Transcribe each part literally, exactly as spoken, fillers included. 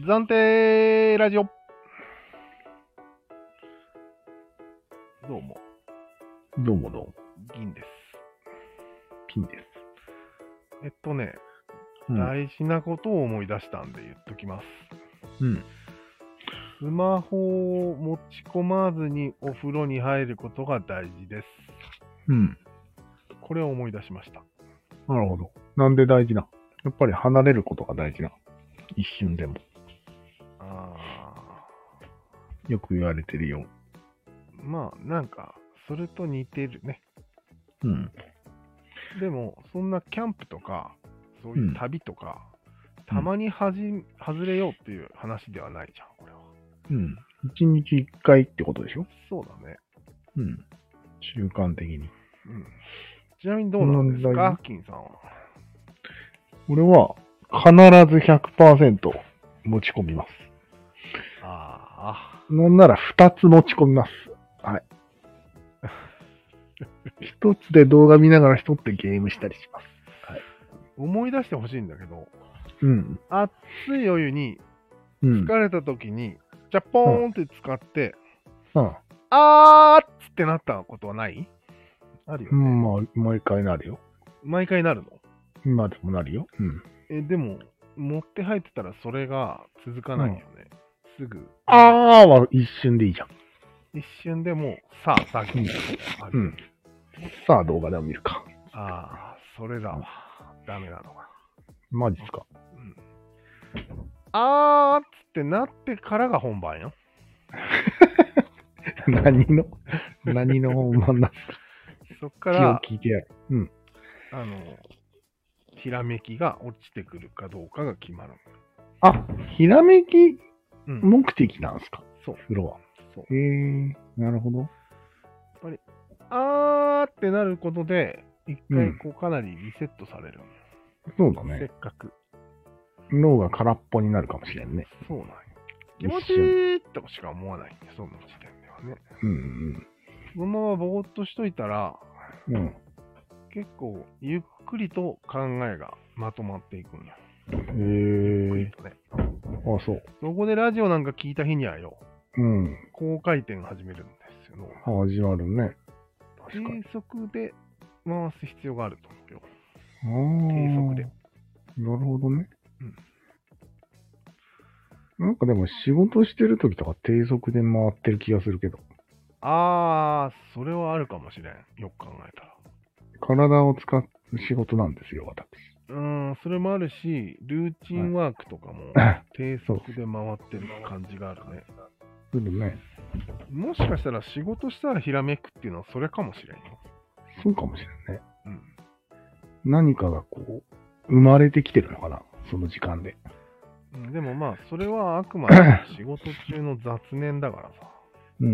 暫定ラジオ。どうも、 どうもどうも、 銀です。 ピンです。 えっとね、 うん。 大事なことを思い出したんで言っときます。 うん。 スマホを持ち込まずにお風呂に入ることが大事です。 うん。 これを思い出しました。 なるほど。なんで大事な？やっぱり離れることが大事な。一瞬でも。 あよく言われてるよ。 ー、まあ、なんか、それと似てるね。 うん。 でも、そんなキャンプとか、そういう旅とか、 うん、 たまにはじ外れようっていう話ではないじゃん、これは。 うん。一日一回ってことでしょ？ そうだね。 うん。習慣的に。 うん。ちなみにどうなんですか、金さんは。 俺は必ず ひゃくパーセント 持ち込みます。 ああ。なんならふたつ持ち込みます。はい。一つで動画見ながら一つでゲームしたりします。はい。 思い出してほしいんだけど、 うん。 熱いお湯にうん。 疲れた時に、ジャポーンって使って、 うん。 あーっつってなったことはない？あるよね。 うん、まあ、毎回なるよ。 毎回なるの？ 今でもなるよ。うん。 え、でも、持って入ってたらそれが続かないよね。うん、すぐ。 あーは一瞬でいいじゃん。 一瞬でもう、さあ、作業ある。 うん。さあ、動画でも見るか。 ああ、それだわ。ダメなのが。 マジっすか。 うん。あーっつってなってからが本番よ。 何の、何の本番なんですか。 そっから、 気を聞いてやる。うん。 あの、ひらめきが落ちてくるかどうかが決まる。 あ、ひらめきうん。 目的なんですか、 そう。 風呂は。 そう。 へえ、なるほど。 やっぱり、あーってなることで、一回こうかなりリセットされる。 そうだね。 せっかく。 脳が空っぽになるかもしれんね。 そうなんよ。気持ちいいとしか思わないんで、その時点ではね。 うんうん。 そのままぼーっとしといたら、 うん。 結構ゆっくりと考えがまとまっていくんや。 へゆっくりえ。 とね。 あ、そう。 そこでラジオなんか聞いた日にはよ、 うん。 高回転始めるんですよ。 始まるね。 低速で回す必要があると思うよ。 ああ。 低速で。 なるほどね。 うん。 なんかでも仕事してる時とか低速で回ってる気がするけど。 あー、それはあるかもしれん。よく考えたら。 体を使う仕事なんですよ、私。 うーん、それもあるし、ルーチンワークとかも低速で回ってる感じがあるね。 するね。 もしかしたら仕事したらひらめくっていうのはそれかもしれんよ。 そうかもしれんね。 うん。 何かがこう、生まれてきてるのかな、その時間で。 うん、でもまあ、それはあくまで仕事中の雑念だからさ。 うんうん。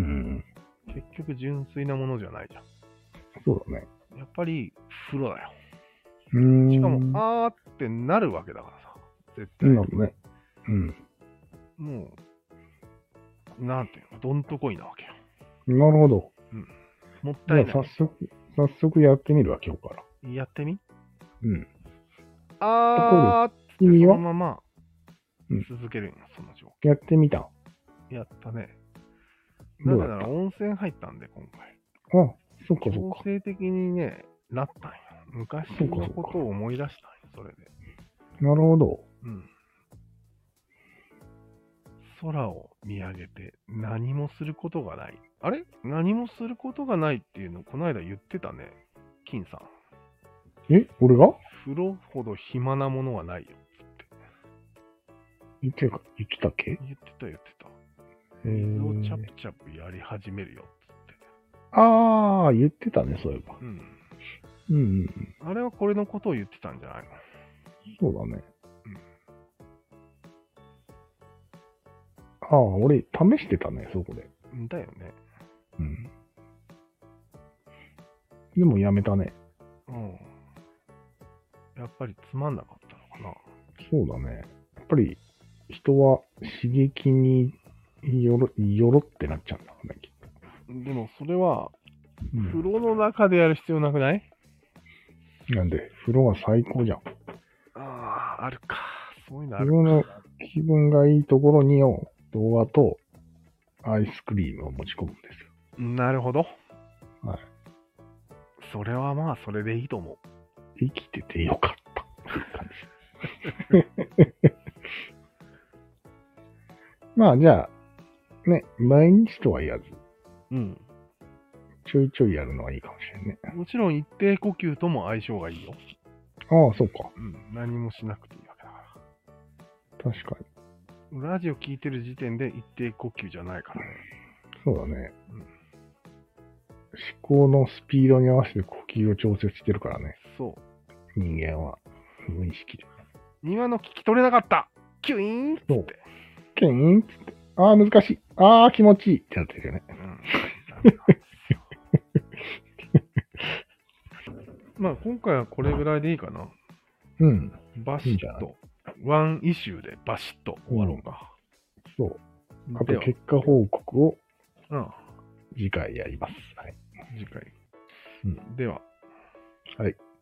結局純粋なものじゃないじゃん。 そうだね。 やっぱり風呂だよ。 うーん。 しかも、あーってなるわけだからさ。絶対。 なるほどね。うん。 もう、なんていうの、どんとこいなわけよ。 なるほど。 うん。もったいない。 じゃあ早速、早速やってみるわ、今日から。 やってみ。 うん。 あーってそのまま続けるんよ、その状況。 やってみた。 やったね。なぜなら温泉入ったんで、今回。 あ、そっかそっ強か。 制的にね、なったんよ。昔のことを思い出したんよ、それで。 なるほど。 うん。空を見上げて何もすることがない。あれ何もすることがないっていうのこの間言ってたね。金さん。 え俺が風呂ほど暇なものはないよ。つって。 言ってた、言ってたっけ？ 言ってた言ってた。 水をチャプチャプやり始めるよ。つって。 ああ、言ってたね、そういえば。 うん。 うんうんうん。 あれはこれのことを言ってたんじゃないの？ そうだね。ああ、俺、試してたね、そこで。 だよね。 うん。でもやめたね。 うん。やっぱりつまんなかったのかな。 そうだね。やっぱり、人は刺激によろ、よろってなっちゃうんだろうね、きっと。でも、それは、 うん、 風呂の中でやる必要なくない？ なんで、風呂は最高じゃん。 ああ、あるか。そういうのあ風るか。 呂の気分がいいところにを動画とアイスクリームを持ち込むんですよ。 なるほど。 はい。 それはまあ、それでいいと思う。 生きててよかったっていう感じです。まあじゃあ、ね、毎日とは言わず、 うん。 ちょいちょいやるのはいいかもしれんね。 もちろん一定呼吸とも相性がいいよ。 ああ、そうか。 うん。何もしなくていいわけだか確かに。 ら。ラジオ聞いてる時点で一定呼吸じゃないからね。 そうだね。 うん。 思考のスピードに合わせて呼吸を調節してるからね。 そ人間は。無意識で。 う。庭の聞き取れなかったキュイーンっつそうって。 ケインっつって。ああ、難しい。ああ、気持ちいいってなってるよね。 うん。ダメなんですよまあ、今回はこれぐらいでいいかな。 うん。 バシいいんじゃないッと。ワンイシューでバシッと終わろうか。 そう。あでは、 と結果報告をうん。 次回やります。はい。 次回。 うんでは。 はい。